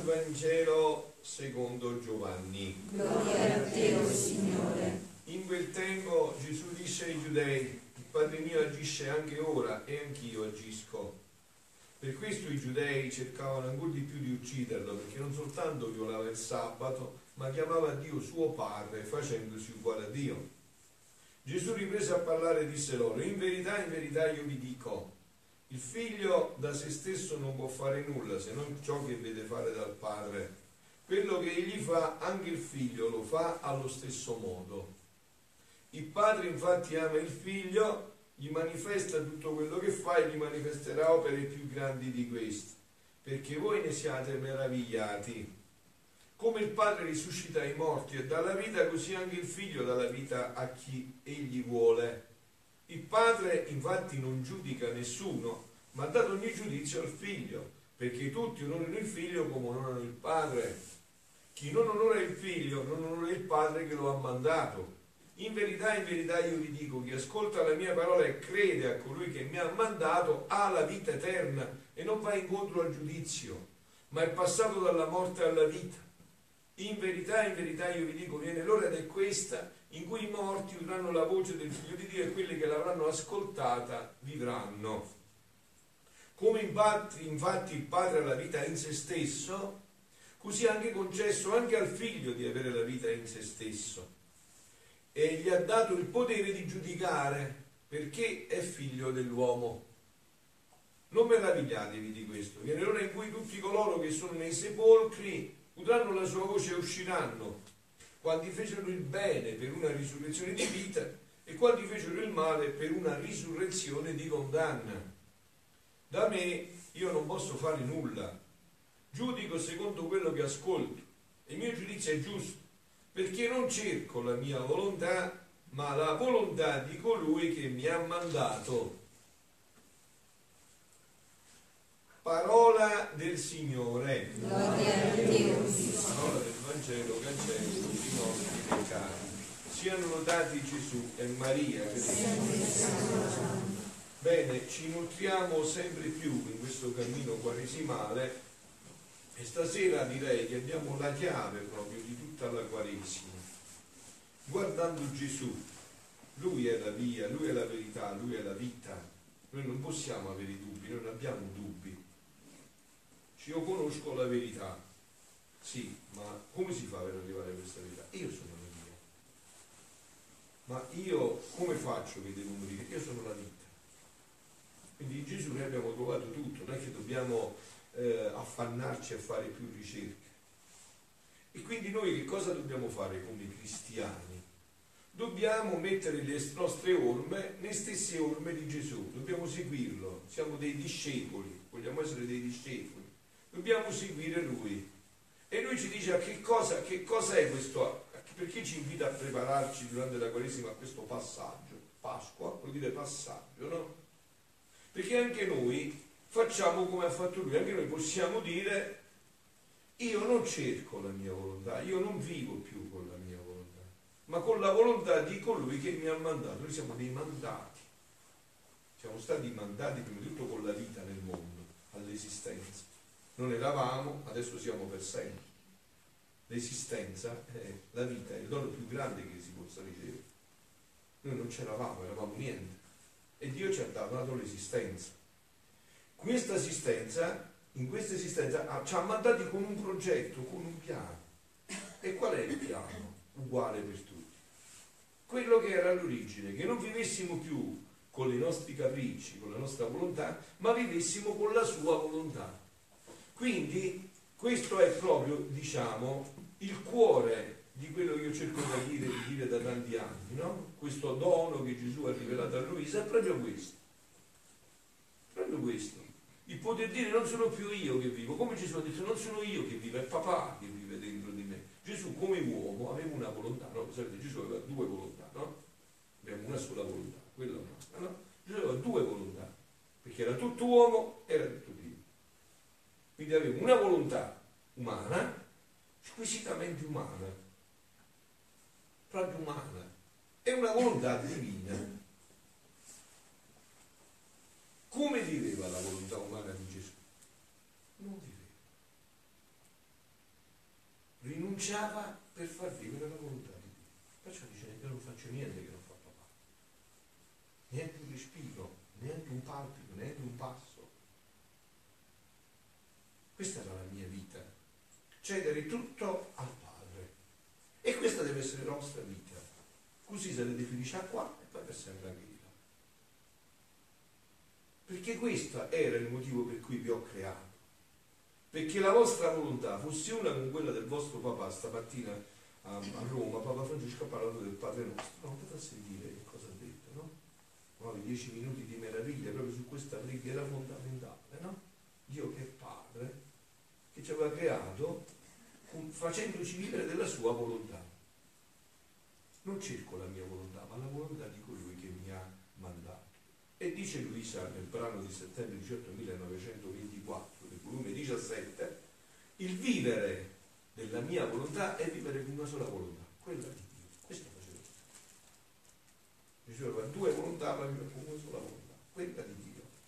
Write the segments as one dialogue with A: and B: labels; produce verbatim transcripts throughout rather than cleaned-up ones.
A: Vangelo secondo Giovanni.
B: Gloria a te, o Signore.
A: In quel tempo Gesù disse ai Giudei: il Padre mio agisce anche ora e anch'io agisco. Per questo i Giudei cercavano ancora di più di ucciderlo, perché non soltanto violava il sabato, ma chiamava Dio suo Padre, facendosi uguale a Dio. Gesù riprese a parlare e disse loro: in verità, in verità io vi dico, il figlio da se stesso non può fare nulla se non ciò che vede fare dal Padre. Quello che egli fa, anche il figlio lo fa allo stesso modo. Il Padre infatti ama il figlio, gli manifesta tutto quello che fa e gli manifesterà opere più grandi di queste, perché voi ne siate meravigliati. Come il Padre risuscita i morti e dà la vita, così anche il figlio dà la vita a chi egli vuole. Il Padre infatti non giudica nessuno, ma ha dato ogni giudizio al figlio, perché tutti onorano il figlio come onorano il Padre. Chi non onora il figlio non onora il Padre che lo ha mandato. In verità, in verità io vi dico, chi ascolta la mia parola e crede a colui che mi ha mandato ha la vita eterna e non va incontro al giudizio, ma è passato dalla morte alla vita. In verità, in verità io vi dico, viene l'ora ed è questa, in cui i morti udranno la voce del Figlio di Dio e quelli che l'avranno ascoltata vivranno. Come infatti, infatti il Padre ha la vita in se stesso, così ha anche concesso anche al Figlio di avere la vita in se stesso. E gli ha dato il potere di giudicare, perché è figlio dell'uomo. Non meravigliatevi di questo, viene l'ora in cui tutti coloro che sono nei sepolcri udranno la sua voce e usciranno, quanti fecero il bene per una risurrezione di vita e quanti fecero il male per una risurrezione di condanna. Da me io non posso fare nulla, giudico secondo quello che ascolto, e il mio giudizio è giusto, perché non cerco la mia volontà, ma la volontà di colui che mi ha mandato. Parola del Signore.
B: Gloria a Dio.
A: Parola del Vangelo cancelli tutti i nostri peccati. Siano lodati Gesù e Maria. Bene, ci nutriamo sempre più in questo cammino quaresimale e stasera direi che abbiamo la chiave proprio di tutta la Quaresima. Guardando Gesù, Lui è la via, Lui è la verità, Lui è la vita. Noi non possiamo avere dubbi, noi non abbiamo dubbi. Io conosco la verità, sì, ma come si fa per arrivare a questa verità? Io sono la via. Ma io come faccio che devo morire? Io sono la vita. Quindi in Gesù noi abbiamo trovato tutto, non è che dobbiamo eh, affannarci a fare più ricerche. E quindi noi che cosa dobbiamo fare come cristiani? Dobbiamo mettere le nostre orme nelle stesse orme di Gesù, dobbiamo seguirlo, siamo dei discepoli, vogliamo essere dei discepoli, dobbiamo seguire Lui. E Lui ci dice a che cosa, che cosa è questo, perché ci invita a prepararci durante la Quaresima a questo passaggio. Pasqua vuol dire passaggio, no? Perché anche noi facciamo come ha fatto Lui, anche noi possiamo dire: io non cerco la mia volontà, io non vivo più con la mia volontà, ma con la volontà di colui che mi ha mandato. Noi siamo dei mandati, siamo stati mandati prima di tutto con la vita nel mondo, all'esistenza. Non eravamo, adesso siamo per sempre. L'esistenza, è, la vita è il dono più grande che si possa ricevere. Noi non c'eravamo, eravamo niente. E Dio ci ha dato l'esistenza. Questa esistenza, in questa esistenza ci ha mandati con un progetto, con un piano. E qual è il piano? Uguale per tutti. Quello che era all'origine, che non vivessimo più con i nostri capricci, con la nostra volontà, ma vivessimo con la sua volontà. Quindi questo è proprio, diciamo, il cuore di quello che io cerco di dire, di dire da tanti anni, no? Questo dono che Gesù ha rivelato a Luisa è proprio questo. Proprio questo. Il poter dire: non sono più io che vivo, come Gesù ha detto, non sono io che vivo, è papà che vive dentro di me. Gesù come uomo aveva una volontà, no? Sapete, Gesù aveva due volontà, no? Abbiamo una sola volontà, quella nostra, no? Gesù aveva due volontà, perché era tutto uomo, era tutto Dio. Quindi aveva una volontà umana, squisitamente umana, proprio umana, e una volontà divina. Come viveva la volontà umana di Gesù? Non viveva. rinunciava per far vivere la volontà di Dio. Perciò dice: io non faccio niente che non fa papà, neanche un respiro, neanche un palpito, neanche un passo. Questa era la mia vita, cedere tutto al Padre, e questa deve essere la nostra vita, così sarete felici qua e poi per sempre anche di là, perché questo era il motivo per cui vi ho creato, perché la vostra volontà fosse una con quella del vostro papà. Stamattina a, a Roma Papa Francesco ha parlato del Padre Nostro, non potete sentire che cosa ha detto, no? No, i dieci minuti di meraviglia proprio su questa preghiera fondamentale, no? Dio che è Padre, che ci aveva creato facendoci vivere della sua volontà. Non cerco la mia volontà, ma la volontà di colui che mi ha mandato. E dice Luisa nel brano di settembre diciotto millenovecentoventiquattro del volume diciassette: il vivere della mia volontà è vivere con una sola volontà, quella di Dio. Questo faceva Gesù. Diceva: due volontà, ma vivere con una sola volontà, quella di Dio.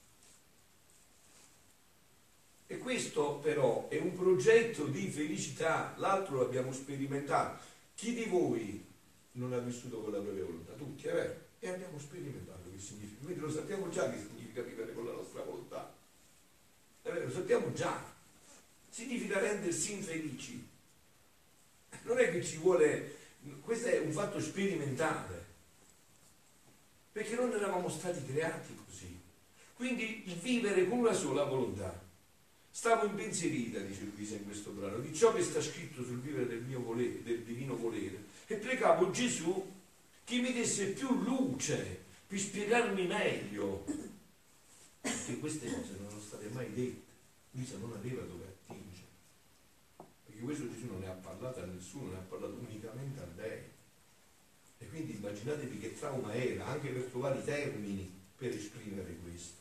A: E questo però è un progetto di felicità, l'altro l'abbiamo sperimentato. Chi di voi non ha vissuto con la propria volontà? Tutti, è vero? E abbiamo sperimentato che significa, quindi lo sappiamo già che significa vivere con la nostra volontà, è vero? Lo sappiamo già, significa rendersi infelici, non è che ci vuole, questo è un fatto sperimentale, perché non eravamo stati creati così. Quindi il vivere con una sola volontà. Stavo impensierita, dice Luisa in questo brano, di ciò che sta scritto sul vivere del mio volere, del divino volere, e pregavo Gesù che mi desse più luce per spiegarmi meglio, perché queste cose non erano state mai dette. Luisa non aveva dove attingere, perché questo Gesù non ne ha parlato a nessuno, ne ha parlato unicamente a lei. E quindi immaginatevi che trauma era anche per trovare i termini per esprimere questo.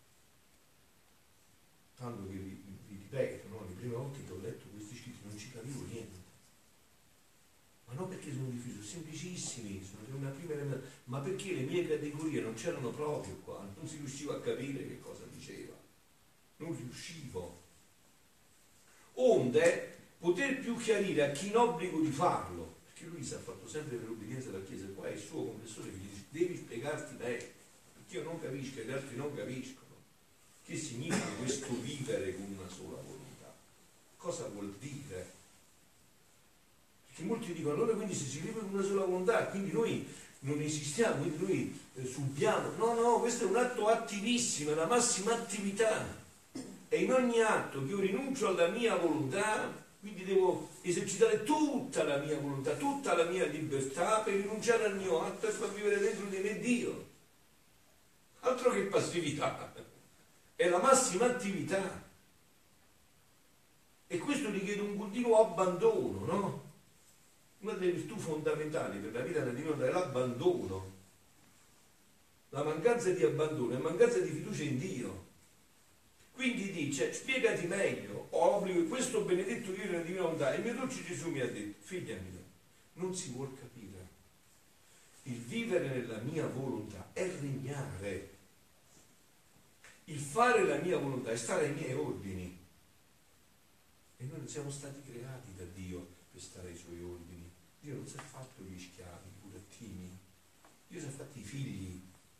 A: Tanto che vi, vi ripeto, no? Le prime volte che ho letto questi scritti non ci capivo niente, ma non perché sono difficili, sono semplicissimi, sono una prima elemento, ma perché le mie categorie non c'erano proprio qua, non si riusciva a capire che cosa diceva, non riuscivo, onde poter più chiarire a chi in obbligo di farlo, perché lui si è fatto sempre per obbedienza alla Chiesa, qua è il suo confessore che gli dice: devi spiegarti meglio, perché io non capisco e gli altri non capiscono. Che significa questo vivere con una sola volontà? Cosa vuol dire? Perché molti dicono: allora quindi se si vive con una sola volontà, quindi noi non esistiamo, quindi noi eh, subiamo. No, no, questo è un atto attivissimo, è la massima attività. E in ogni atto che io rinuncio alla mia volontà, quindi devo esercitare tutta la mia volontà, tutta la mia libertà per rinunciare al mio atto e far vivere dentro di me Dio. Altro che passività. È la massima attività, e questo richiede un continuo abbandono, no? Una delle virtù fondamentali per la vita nel divino è l'abbandono. La mancanza di abbandono è mancanza di fiducia in Dio. Quindi dice: spiegati meglio, ho obbligo di questo benedetto vivere nella divina volontà. E il mio dolce Gesù mi ha detto: figlia mia, non si vuol capire, il vivere nella mia volontà è regnare. Il fare la mia volontà è stare ai miei ordini, e noi non siamo stati creati da Dio per stare ai suoi ordini. Dio non si è fatto gli schiavi, i burattini, Dio si è fatti i figli,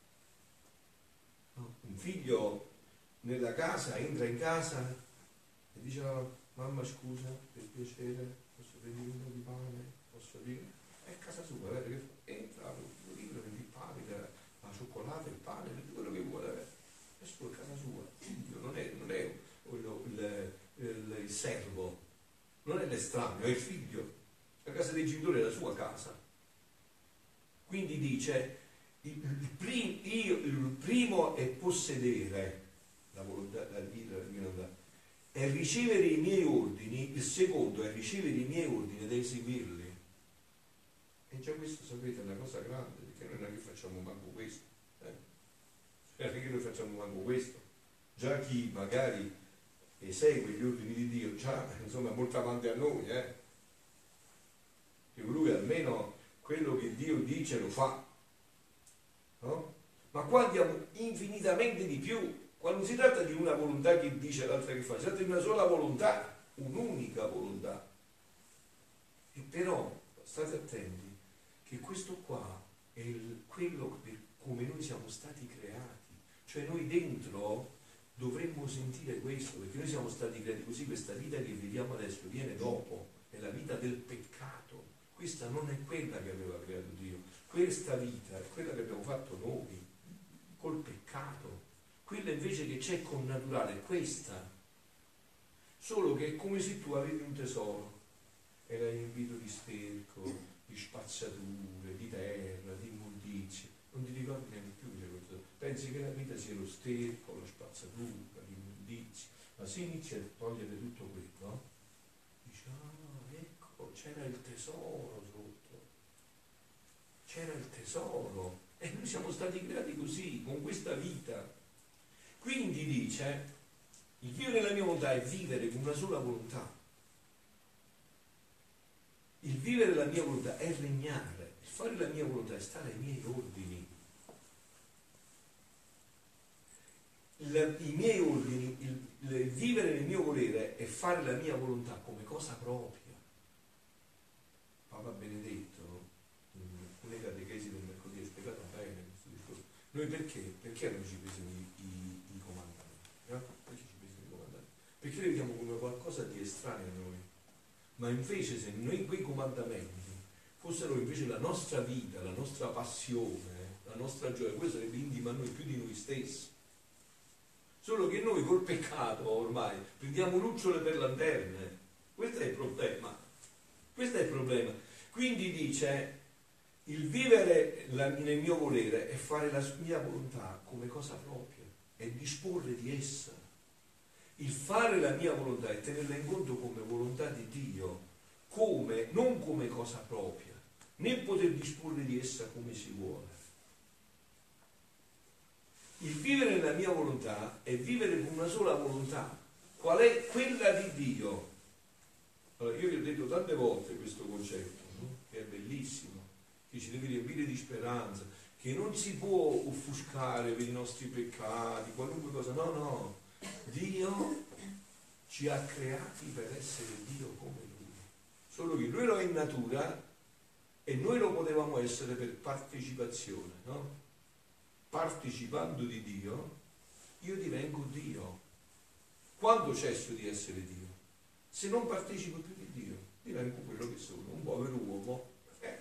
A: no? Un figlio nella casa entra in casa e dice alla mamma: scusa, per piacere, posso prendere un po' di pane, posso dire? È casa sua, vero? Che entra, lo libro, il pane, la cioccolata, il pane, quello che vuole, è sua casa sua. Dio non è, non è il, il, il, il servo, non è l'estraneo, è il figlio. La casa dei genitori è la sua casa. Quindi dice: il, il, prim, io, il primo è possedere la volontà, la vita, la volontà, è ricevere i miei ordini, il secondo è ricevere i miei ordini ed eseguirli. E già questo, sapete, è una cosa grande, perché noi non è che facciamo manco questo, eh? Perché noi facciamo manco questo. Già chi magari esegue gli ordini di Dio, già insomma è molto avanti a noi, eh? Che lui almeno quello che Dio dice lo fa, no? Ma qua andiamo infinitamente di più. Quando si tratta di una volontà che dice, l'altra che fa, si tratta di una sola volontà, un'unica volontà.
C: E però state attenti che questo qua è il, quello per come noi siamo stati creati, cioè noi dentro dovremmo sentire questo, perché noi siamo stati creati così. Questa vita che vediamo adesso viene dopo, è la vita del peccato. Questa non è quella che aveva creato Dio, questa vita è quella che abbiamo fatto noi col peccato. Quella invece che c'è con naturale è questa, solo che è come se tu avevi un tesoro e l'hai riempito di sterco, di spazzature, di terra, di immondizie, non ti ricordi neanche più che c'è questo. Pensi che la vita sia lo sterco, la spazzatura, l'immondizia, ma se inizi a togliere tutto quello, dici, ah, ecco, c'era il tesoro sotto, c'era il tesoro, e noi siamo stati creati così, con questa vita. Quindi dice, il vivere la mia volontà è vivere con una sola volontà. Il vivere la mia volontà è regnare, il fare la mia volontà è stare ai miei ordini. Il, I miei ordini, il, il vivere nel mio volere è fare la mia volontà come cosa propria. Papa Benedetto, in alcune catechesi del mercoledì, ha spiegato bene questo discorso. Noi perché? Perché non ci pesano i, i, i comandamenti? No? Perché ci pesano i comandamenti? Perché li vediamo come qualcosa di estraneo a noi. Ma invece se noi quei comandamenti fossero invece la nostra vita, la nostra passione, la nostra gioia, questo sarebbe intimo a noi più di noi stessi. Solo che noi col peccato ormai prendiamo lucciole per lanterne. Questo è il problema. Questo è il problema. Quindi dice, il vivere la, nel mio volere è fare la mia volontà come cosa propria, è disporre di essa. Il fare la mia volontà è tenerla in conto come volontà di Dio, come, non come cosa propria, né poter disporre di essa come si vuole. Il vivere nella mia volontà è vivere con una sola volontà. Qual è? Quella di Dio. Allora, io vi ho detto tante volte questo concetto, no? Che è bellissimo, che ci deve riempire di speranza, che non si può offuscare per i nostri peccati, qualunque cosa, no, no. Dio ci ha creati per essere Dio come Lui, solo che Lui lo è in natura e noi lo potevamo essere per partecipazione, no? Partecipando di Dio, io divengo Dio. Quando cesso di essere Dio? Se non partecipo più di Dio, divengo quello che sono, un povero uomo. Eh.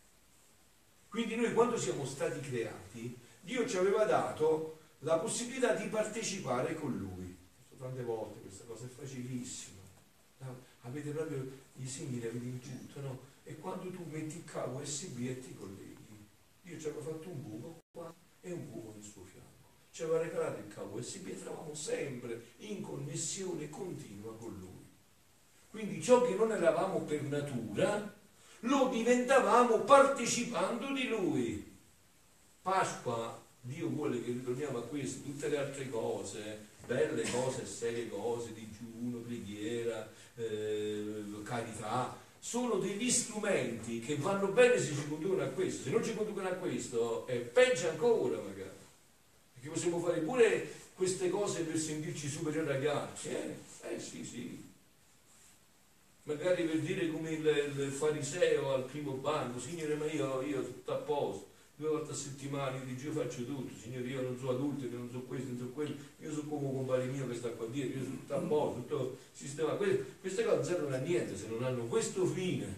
C: Quindi noi quando siamo stati creati, Dio ci aveva dato la possibilità di partecipare con Lui. Tante volte questa cosa è facilissima, no? Avete proprio i segni, li avete in tutto, no? E quando tu metti il cavo U S B e ti colleghi, Dio ci aveva fatto un buco qua e un buco nel suo fianco, ci aveva regalato il cavo U S B e eravamo sempre in connessione continua con Lui. Quindi ciò che non eravamo per natura lo diventavamo partecipando di Lui. Pasqua, Dio vuole che ritorniamo a questo, tutte le altre cose, belle cose, serie cose, digiuno, preghiera, eh, carità, sono degli strumenti che vanno bene se ci conducono a questo. Se non ci conducono a questo è peggio ancora magari, perché possiamo fare pure queste cose per sentirci superiori agli altri, eh? Eh sì sì, magari per dire come il, il fariseo al primo banco, Signore ma io, io tutto a posto, due volte a settimana io dico io faccio tutto, Signore io non so adulto, io non so questo, non so quello, io so come compare mio che sta qua dietro, io sono tutto a posto, tutto sistemato. Queste, queste cose non servono a niente se non hanno questo fine.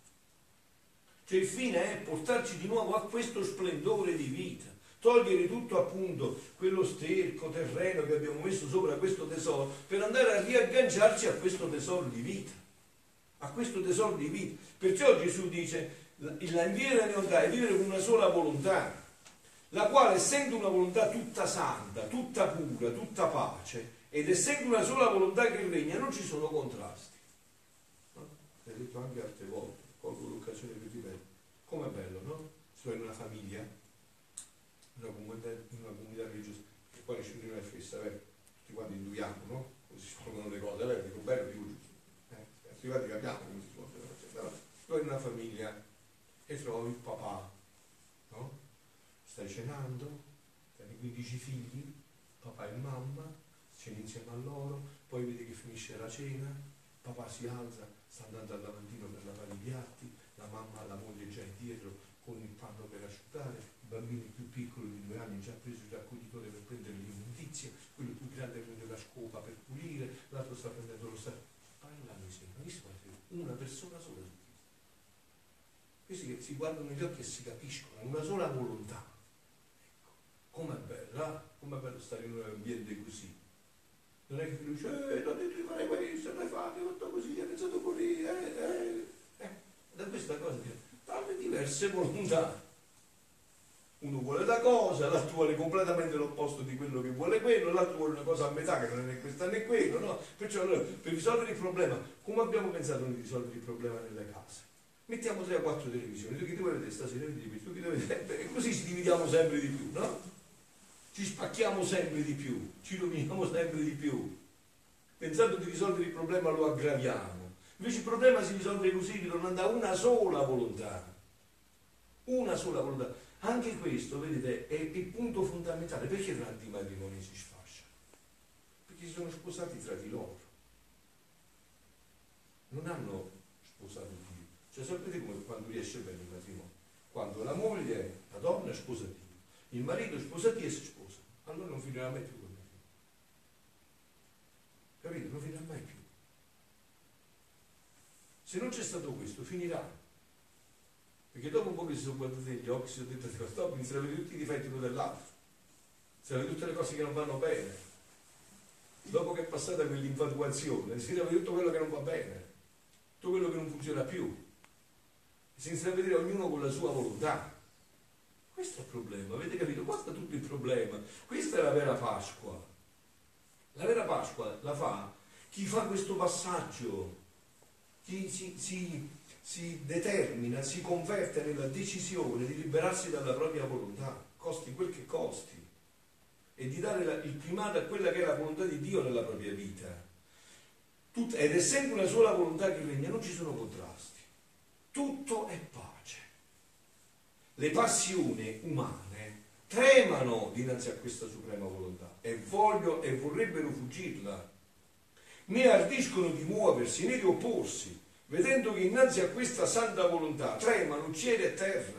C: Cioè il fine è portarci di nuovo a questo splendore di vita, togliere tutto appunto quello sterco terreno che abbiamo messo sopra questo tesoro per andare a riagganciarci a questo tesoro di vita, a questo tesoro di vita. Perciò Gesù dice la vivere la mia volontà è vivere con una sola volontà, la quale essendo una volontà tutta santa, tutta pura, tutta pace, ed essendo una sola volontà che regna, non ci sono contrasti. No? L'ho detto anche altre volte, colgo l'occasione per ripetere. Com'è bello, no? Sto in una famiglia, in una comunità, in una comunità religiosa, e poi ci uniamo a festa, eh? Tutti quanti induiamo, no? Così si svolgono le cose, eh? Dico bello, dico giusto. Eh? Tutti quanti capiamo come si svolgono le cose. Però, sto in una famiglia e trovi il papà, no? Stai cenando, hai quindici figli, papà e mamma, ceni insieme a loro, poi vedi che finisce la cena, papà si alza, sta andando al lavandino per lavare i piatti, la mamma, la moglie già è dietro con il panno per asciugare, i bambini più piccoli di due anni già preso il raccoglitore per prendere l'immondizia, quello più grande prende la scopa per pulire, l'altro sta prendendo lo stato. Parlami sempre, visto una persona sola su questo. Questi che si guardano negli occhi e si capiscono, una sola volontà. Ecco, com'è bello, eh? Com'è bello stare in un ambiente così. Non è che lui dice, eh, non detto di fare questo, l'hai fatto, hai fatto così, hai pensato così, eh, eh. eh. Da questa cosa tante diverse volontà. Uno vuole la cosa, l'altro vuole completamente l'opposto di quello che vuole quello, l'altro vuole una cosa a metà che non è né questa né quello, no? Perciò allora, per risolvere il problema, come abbiamo pensato noi di risolvere il problema nelle case? Mettiamo tre o quattro televisioni, tu che ti vuoi vedere stasera, vedi, tu che devi vedere, e così ci dividiamo sempre di più, no? Ci spacchiamo sempre di più, ci roviniamo sempre di più. Pensando di risolvere il problema lo aggraviamo. Invece il problema si risolve così, ritornando da una sola volontà. Una sola volontà. Anche questo, vedete, è il punto fondamentale. Perché tanti matrimoni si sfasciano? Perché si sono sposati tra di loro. Non hanno sposato Dio. Cioè sapete come quando riesce bene il matrimonio? Quando la moglie, la donna sposa Dio, il marito sposa Dio e si sposa. Allora non finirà mai più quel matrimonio. Capite? Non finirà mai più. Se non c'è stato questo, finirà. Perché dopo un po' che si sono guardati negli occhi, si sono detto, dopo iniziano a vedere tutti i difetti uno dell'altro. Iniziano a vedere tutte le cose che non vanno bene. Dopo che è passata quell'infatuazione, si vede tutto quello che non va bene, tutto quello che non funziona più. Si inizia a vedere ognuno con la sua volontà. Questo è il problema, avete capito? Questo è tutto il problema. Questa è la vera Pasqua. La vera Pasqua la fa chi fa questo passaggio, chi si, si, si determina, si converte nella decisione di liberarsi dalla propria volontà, costi quel che costi, e di dare la, il primato a quella che è la volontà di Dio nella propria vita. Tut, ed è sempre una sola volontà che regna, non ci sono contrasti. Tutto è pace. Le passioni umane tremano dinanzi a questa suprema volontà e voglio e vorrebbero fuggirla, né ardiscono di muoversi né di opporsi, vedendo che innanzi a questa santa volontà tremano cielo e terra.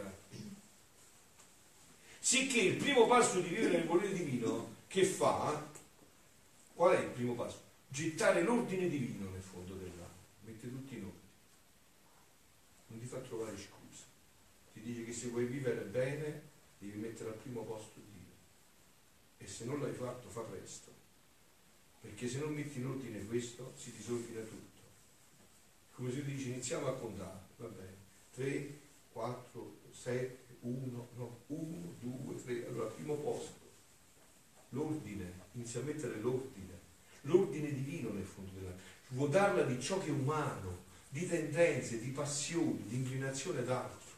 C: Sicché il primo passo di vivere nel volere divino che fa, qual è il primo passo? Gettare l'ordine divino nel fondo dell'anima, mette tutti in ordine, non ti fa trovare scusa, ti dice che se vuoi vivere bene devi mettere al primo posto Dio, e se non l'hai fatto fa presto, perché se non metti in ordine questo si disordina tutto. Come si dice, iniziamo a contare, va bene, tre, quattro, sette, uno, no, uno, due, tre, allora primo posto, l'ordine, inizia a mettere l'ordine, l'ordine divino nel fondo dell'anima, svuotarla di ciò che è umano, di tendenze, di passioni, di inclinazione ad altro.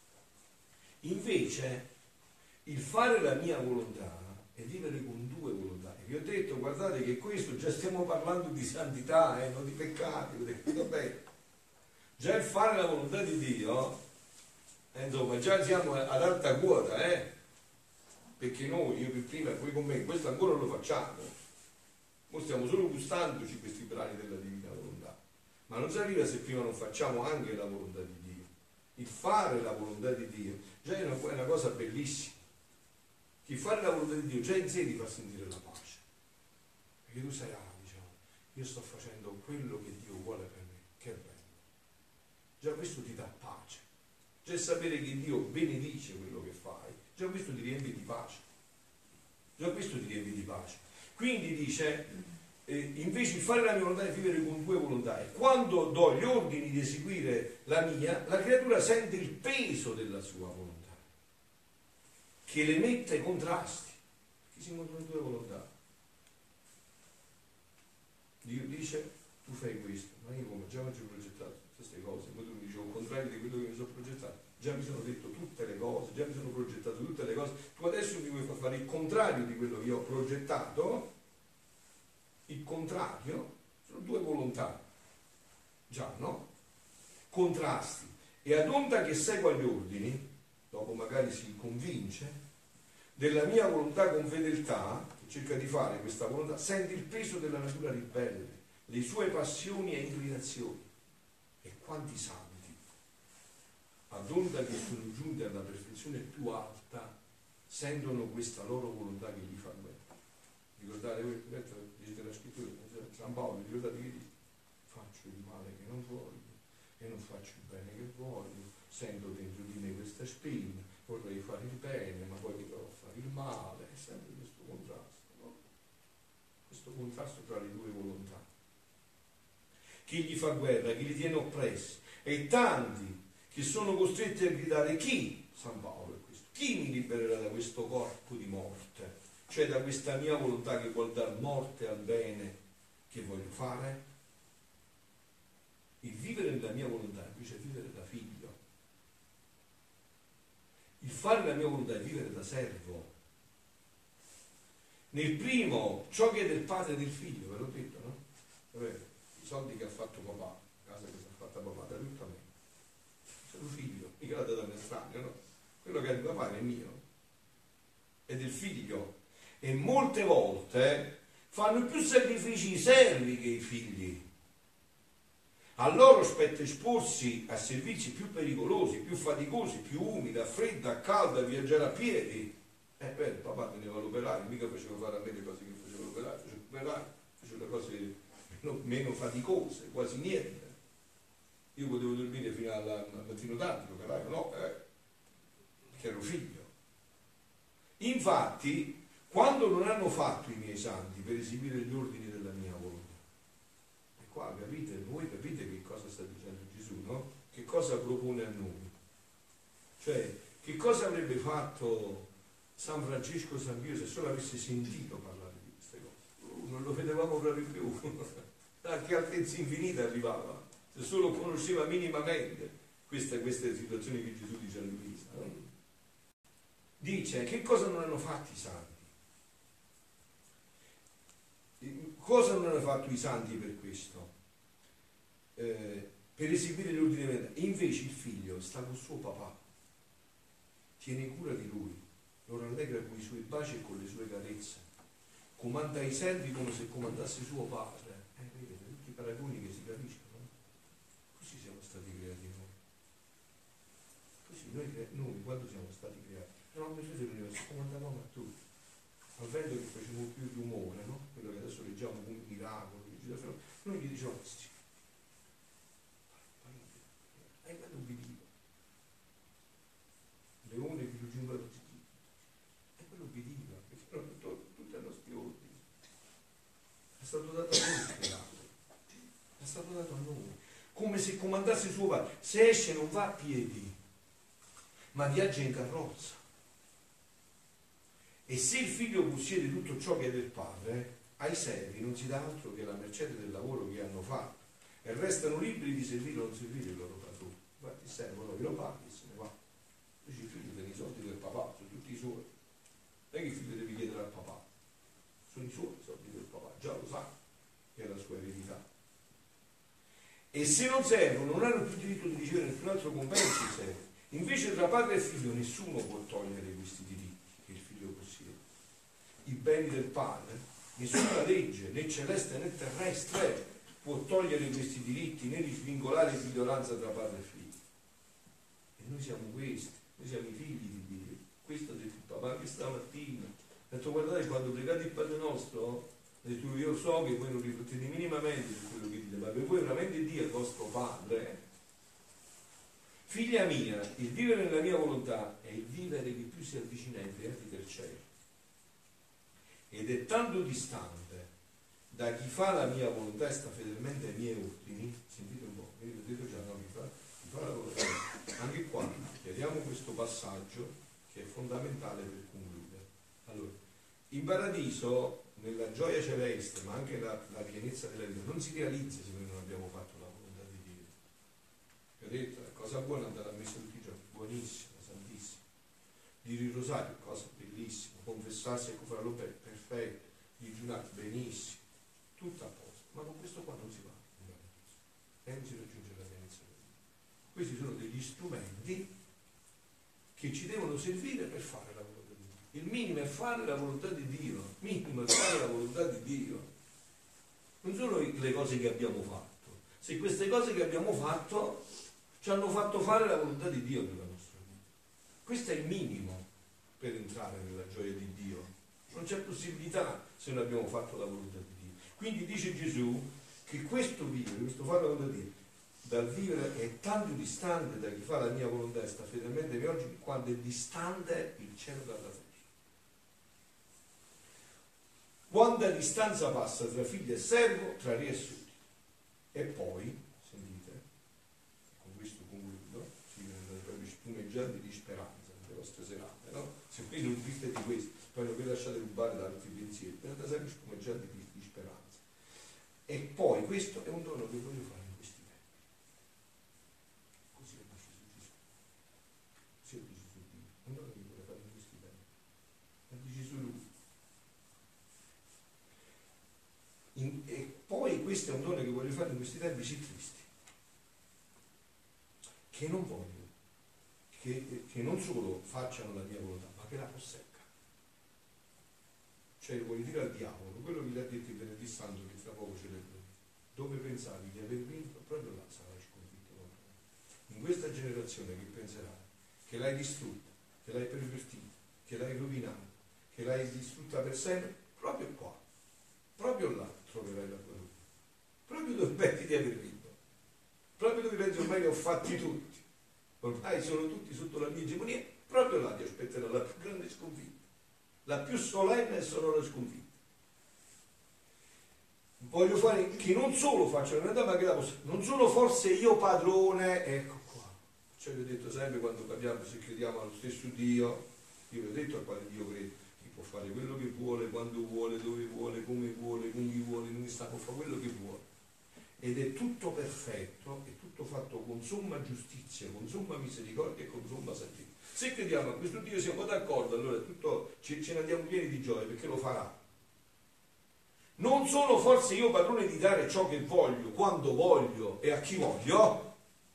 C: Invece il fare la mia volontà è vivere con due volontà. E vi ho detto, guardate che questo già stiamo parlando di santità, eh, non di peccati, vabbè. Già il fare la volontà di Dio, eh, insomma, già siamo ad alta quota, eh? Perché noi, io per prima e voi con me, questo ancora non lo facciamo. Noi stiamo solo gustandoci questi brani della divina volontà. Ma non si arriva se prima non facciamo anche la volontà di Dio. Il fare la volontà di Dio già è una, è una cosa bellissima. Che fare la volontà di Dio già in sé ti fa sentire la pace. Perché tu sai, ah, diciamo, io sto facendo quello che Dio vuole per me, che bello. Già questo ti dà pace. Già sapere che Dio benedice quello che fai, già questo ti riempie di pace. Già questo ti riempie di pace. Quindi dice, eh, invece di fare la mia volontà è vivere con due volontà. E quando do gli ordini di eseguire la mia, la creatura sente il peso della sua volontà, che le mette ai contrasti, perché si incontrano due volontà. Dio dice, tu fai questo, ma io come già mi ho progettato queste cose, poi tu mi dici il contrario di quello che mi sono progettato, già mi sono detto tutte le cose, già mi sono progettato tutte le cose, tu adesso mi vuoi far fare il contrario di quello che io ho progettato. Il contrario sono due volontà, già, no? Contrasti. E ad onta che segua gli ordini, dopo magari si convince della mia volontà con fedeltà, che cerca di fare questa volontà, sente il peso della natura ribelle, le sue passioni e inclinazioni. E quanti santi, ad onda che sono giunti alla perfezione più alta, sentono questa loro volontà che gli fa guerra. Ricordate voi, dite la scrittura, San Paolo, ricordate che dice: faccio il male che non voglio e non faccio il bene che voglio, sento dentro di me questa spina, vorrei fare il bene ma poi mi trovo a fare il male. È sempre questo contrasto, no? Questo contrasto tra le due volontà. Chi gli fa guerra, chi li tiene oppressi, e tanti che sono costretti a gridare: chi? San Paolo è questo, chi mi libererà da questo corpo di morte, cioè da questa mia volontà che vuol dar morte al bene che voglio fare? Il vivere nella mia volontà invece è vivere da figlio, il fare la mia volontà è vivere da servo. Nel primo, ciò che è del padre e del figlio, ve l'ho detto, no? Vabbè, i soldi che ha fatto papà, la casa che si è fatta papà, da tutto a me. Sono figlio, mica la data estraneo, no? Quello che è di papà è mio, è del figlio. E molte volte fanno più sacrifici i servi che i figli. A loro spetta esporsi a servizi più pericolosi, più faticosi, più umidi, a freddo, a caldo, a viaggiare a piedi. Eh beh, papà teneva l'operaio, mica faceva fare a me le cose che faceva l'operaio, faceva l'operaio, faceva le cose meno, meno faticose, quasi niente. Io potevo dormire fino alla, al mattino tardi, l'operaio no, eh, perché ero figlio. Infatti, quando non hanno fatto i miei santi per eseguire gli ordini della mia volontà, e qua capite, voi capite che cosa sta dicendo Gesù, no? Che cosa propone a noi? Cioè, che cosa avrebbe fatto San Francesco San Pio se solo avesse sentito parlare di queste cose? Uh, non lo vedevamo proprio più, a che altezza infinita arrivava, se solo conosceva minimamente queste, queste situazioni che Gesù dice a Luisa, no? Dice, che cosa non hanno fatto i santi? Cosa non hanno fatto i santi per questo? Eh, per eseguire l'ordine divino. Invece il figlio sta con suo papà, tiene cura di lui, lo rallegra con i suoi baci e con le sue carezze, comanda i servi come se comandasse suo padre. Eh, vedete, tutti i paragoni che si capiscono. Così siamo stati creati noi. Così noi, noi quando siamo stati creati, eravamo messi all'universo, comandavamo a tutti. Al vento che facevamo più rumore, no? Quello che adesso leggiamo come un miracolo, noi gli dicevamo: sì, e quello ubbidiva. Leone che giungeva tutti, e quello ubbidiva, perché erano tutti ai nostri ordini. È stato dato a noi creato, è stato dato a noi, come se comandasse suo padre. Se esce non va a piedi, ma viaggia in carrozza. E se il figlio possiede tutto ciò che è del padre, ai servi non si dà altro che la mercede del lavoro che hanno fatto, e restano liberi di servire o non servire il loro padrone. Infatti il servo no, glielo paghi e se ne va. Invece il figlio tiene i soldi del papà, sono tutti i suoi. Non è che il figlio deve chiedere al papà, sono i suoi soldi del papà, già lo sa che è la sua eredità. E se non servono, non hanno più diritto di ricevere nessun altro compenso i servi. Invece tra padre e figlio nessuno può togliere questi diritti che il figlio possiede. I beni del padre, nessuna legge, né celeste né terrestre, può togliere questi diritti né risvingolare l'ignoranza tra padre e figlio. E noi siamo questi, noi siamo i figli di Dio. Questo ha detto il papà anche stamattina. Ha detto: guardate, quando pregate il Padre nostro, ha detto: io so che voi non riflettete minimamente su quello che dite, ma per voi veramente Dio è il vostro padre. Figlia mia, il vivere nella mia volontà è il vivere che più si avvicina ai beati del cielo, ed è tanto distante da chi fa la mia volontà e sta fedelmente ai miei ordini. Sentite un po', io vi ho detto già, no, chi fa, chi fa la volontà. Anche qua vediamo questo passaggio che è fondamentale per concludere. Allora, in paradiso, nella gioia celeste, ma anche la, la pienezza della vita, non si realizza se noi non abbiamo fatto la volontà di Dio. Vi ho detto, è cosa buona andare a messa tutti i giorni, buonissima, santissima. Dire il rosario, cosa bellissima, confessarsi e farlo bene, perfetto, digiunare, benissimo, tutto a posto, ma con questo qua non si va e non si raggiunge la pienezza della vita. Questi sono degli strumenti che ci devono servire per fare la volontà di Dio. Il minimo è fare la volontà di Dio, il minimo è fare la volontà di Dio. non sono le cose che abbiamo fatto. Se queste cose che abbiamo fatto ci hanno fatto fare la volontà di Dio nella nostra vita. Questo è il minimo per entrare nella gioia di Dio. Non c'è possibilità se non abbiamo fatto la volontà di Dio. Quindi dice Gesù che questo vivere, questo fare la volontà di Dio, dal vivere è tanto distante da chi fa la mia volontà e sta fedelmente di oggi, quando è distante il cielo dalla terra. Quanta distanza passa tra figlio e servo, tra re e suddito. E poi, sentite, con questo concludo, si vengono proprio spumeggianti di speranza nelle vostre serate, no? Se qui non viste di questo, poi non vi lasciate rubare da altri pensieri, venite sempre spumeggianti di, di speranza. E poi questo è un dono che voglio fare in questi tempi. Così lo dice su Gesù. Così lo dice su Dio. È un dono che voglio fare in questi tempi. Lo dice su Lui. In, e poi questo è un dono che voglio fare in questi tempi sì tristi, che non voglio che, che non solo facciano la mia volontà, ma che la possegga. Cioè voglio dire al diavolo quello che gli ha detto il venerdì santo che tra poco celebro, dove pensavi di aver vinto, proprio là sarai sconfitto. In questa generazione che penserai che l'hai distrutta, che l'hai pervertita, che l'hai rovinata, che l'hai distrutta per sempre, proprio qua, proprio là troverai la tua luce, proprio dove pensi di aver vinto, proprio dove pensi ormai li ho fatti tutti, ormai sono tutti sotto la mia egemonia, proprio là ti aspetterà la più grande sconfitta, la più solenne e sonora sconfitta. Voglio fare che non solo faccio la verità, ma che la posso, non sono forse io padrone, ecco qua, cioè vi ho detto sempre quando parliamo, se crediamo allo stesso Dio, io vi ho detto a quale Dio credo, può fare quello che vuole, quando vuole, dove vuole, come vuole, con chi vuole, non sta, può fare quello che vuole. Ed è tutto perfetto, è tutto fatto con somma giustizia, con somma misericordia e con somma santità. Se crediamo a questo Dio siamo d'accordo, allora tutto, ce, ce ne andiamo pieni di gioia perché lo farà. Non sono forse io padrone di dare ciò che voglio, quando voglio e a chi voglio?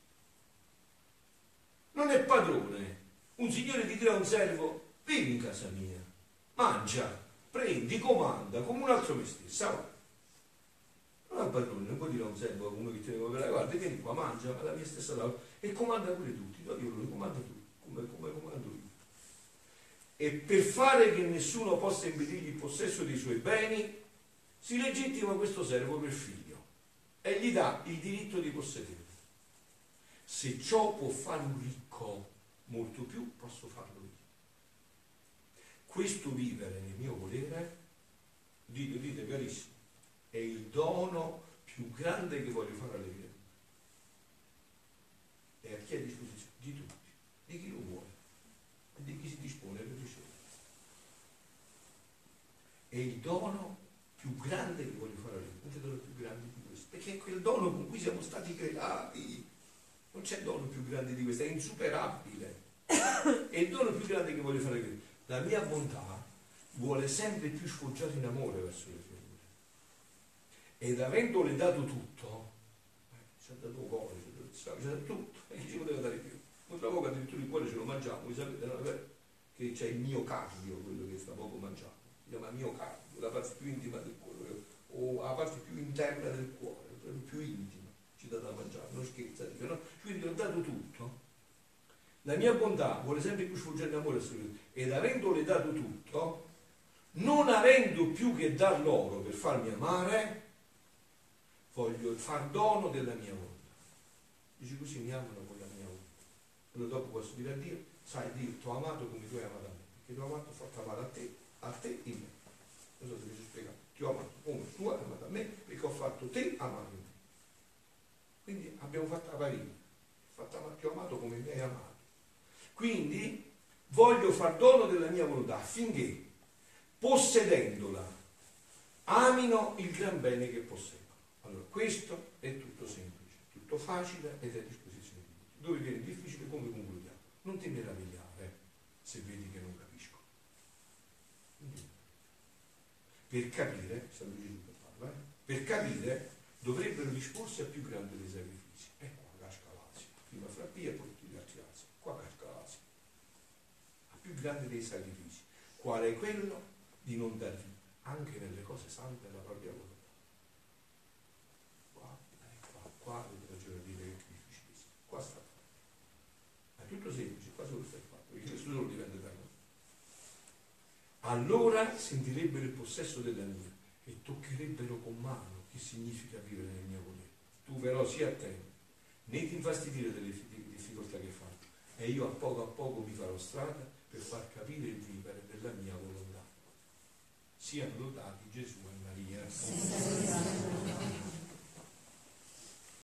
C: Non è padrone. Un signore ti dirà a un servo, vieni in casa mia. Mangia, prendi, comanda, come un altro mestiere, sa? Non è padrone, non può dire a un servo, a uno che tiene per la guardia, vieni qua, mangia alla mia stessa tavola e comanda pure tutti, no, io lo comando tu, come, come comando io. E per fare che nessuno possa impedirgli il possesso dei suoi beni, si legittima questo servo per figlio e gli dà il diritto di possederlo. Se ciò può fare un ricco, molto più posso farlo io. Questo vivere nel mio volere, dite, dite carissimo, è il dono più grande che voglio fare alle creature. E a chi è a disposizione? Di tutti, di chi lo vuole e di chi si dispone per ricevere. È il dono più grande che voglio fare alle creature, non c'è dono più grande di questo, perché è quel dono con cui siamo stati creati. Non c'è dono più grande di questo, è insuperabile. È il dono più grande che voglio fare alle creature. La mia bontà vuole sempre più sfoggiare in amore verso le creature. Ed avendole dato tutto, eh, ci ha dato cuore, ci ha dato tutto, e chi ci poteva dare più? Un tra poco addirittura il cuore ce lo mangiamo, voi sapete, no? Che c'è il miocardio, quello che sta poco mangiato, si chiama miocardio, la parte più intima del cuore, o la parte più interna del cuore, proprio più intima, ci dà da mangiare, non scherza, dice, no? Quindi ho dato tutto. La mia bontà vuole sempre più sfoggiare in amore ed avendole dato tutto, non avendo più che dar loro per farmi amare, voglio far dono della mia volontà. Dice così mi amano con la mia volontà. Allora dopo posso dire a Dio, sai Dio, ti ho amato come tu hai amato a me, perché ti ho amato, ho fatto amare a te, a te e in me. Non so se mi sono spiegato, ti ho amato come tu hai amato a me, perché ho fatto te amare me. Quindi abbiamo fatto la parina, ti ho amato come mi hai amato. Quindi voglio far dono della mia volontà affinché, possedendola, amino il gran bene che posseggo. Allora, questo è tutto semplice, tutto facile ed è a disposizione di tutti. Dove viene difficile, come concludiamo? Non ti meravigliare se vedi che non capisco. Per capire, sta Gesù per farlo, eh? Per capire dovrebbero disporsi a più grande dei sacrifici. Ecco la casca l'Asia, prima Frappia e poi tutti gli altri Asia. Qua casca l'Asia. A più grande dei sacrifici, quale è quello di non dar vita anche nelle cose sante alla propria volontà. allora sentirebbero il possesso della mia e toccherebbero con mano che significa vivere nel mio volere. Tu però sii attento, né ti infastidire delle difficoltà che fanno, e io a poco a poco mi farò strada per far capire il vivere della mia volontà. Siano lodati Gesù e Maria.